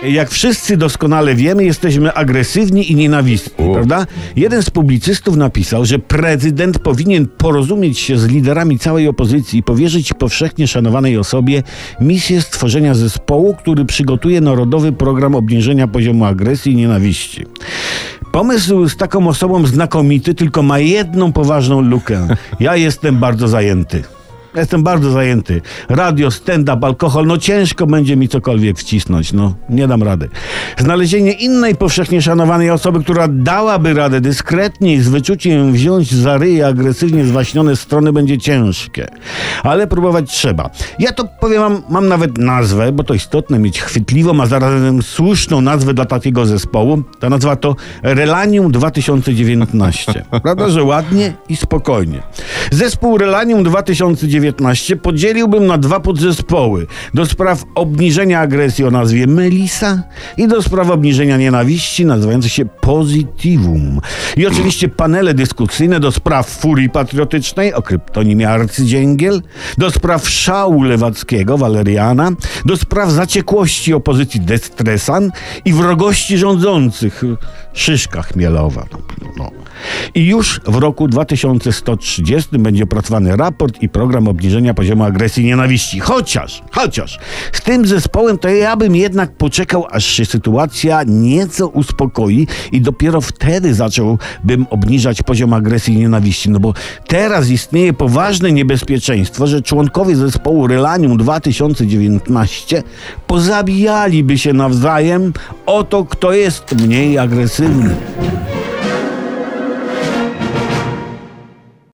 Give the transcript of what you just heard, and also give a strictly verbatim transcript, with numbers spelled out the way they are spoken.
jak wszyscy doskonale wiemy, jesteśmy agresywni i nienawistni, U. prawda? Jeden z publicystów napisał, że prezydent powinien porozumieć się z liderami całej opozycji i powierzyć powszechnie szanowanej osobie misję stworzenia zespołu, który przygotuje narodowy program obniżenia poziomu agresji i nienawiści. Pomysł z taką osobą znakomity, tylko ma jedną poważną lukę. Ja jestem bardzo zajęty. Jestem bardzo zajęty. Radio, stand-up, alkohol, no ciężko będzie mi cokolwiek wcisnąć, no nie dam rady. Znalezienie innej powszechnie szanowanej osoby, która dałaby radę dyskretnie i z wyczuciem wziąć za ryje agresywnie zwaśnione strony będzie ciężkie. Ale próbować trzeba. Ja to powiem wam, mam nawet nazwę, bo to istotne mieć chwytliwą, a zarazem słuszną nazwę dla takiego zespołu. Ta nazwa to Relanium dwa tysiące dziewiętnaście. Prawda, że ładnie i spokojnie. Zespół Relanium dwa tysiące dziewiętnaście podzieliłbym na dwa podzespoły. Do spraw obniżenia agresji o nazwie Melisa i do spraw obniżenia nienawiści nazywające się Positivum. I oczywiście panele dyskusyjne do spraw furii patriotycznej o kryptonimie Arcydzięgiel, do spraw szału lewackiego Waleriana, do spraw zaciekłości opozycji Destresan i wrogości rządzących Szyszka Chmielowa. No. I już w roku dwa tysiące sto trzydziestym będzie opracowany raport i program obniżenia poziomu agresji i nienawiści. Chociaż, chociaż z tym zespołem to ja bym jednak poczekał, aż się sytuacja nieco uspokoi i dopiero wtedy zacząłbym obniżać poziom agresji i nienawiści. No bo teraz istnieje poważne niebezpieczeństwo, że członkowie zespołu Relanium dwa tysiące dziewiętnaście pozabijaliby się nawzajem o to, kto jest mniej agresywny.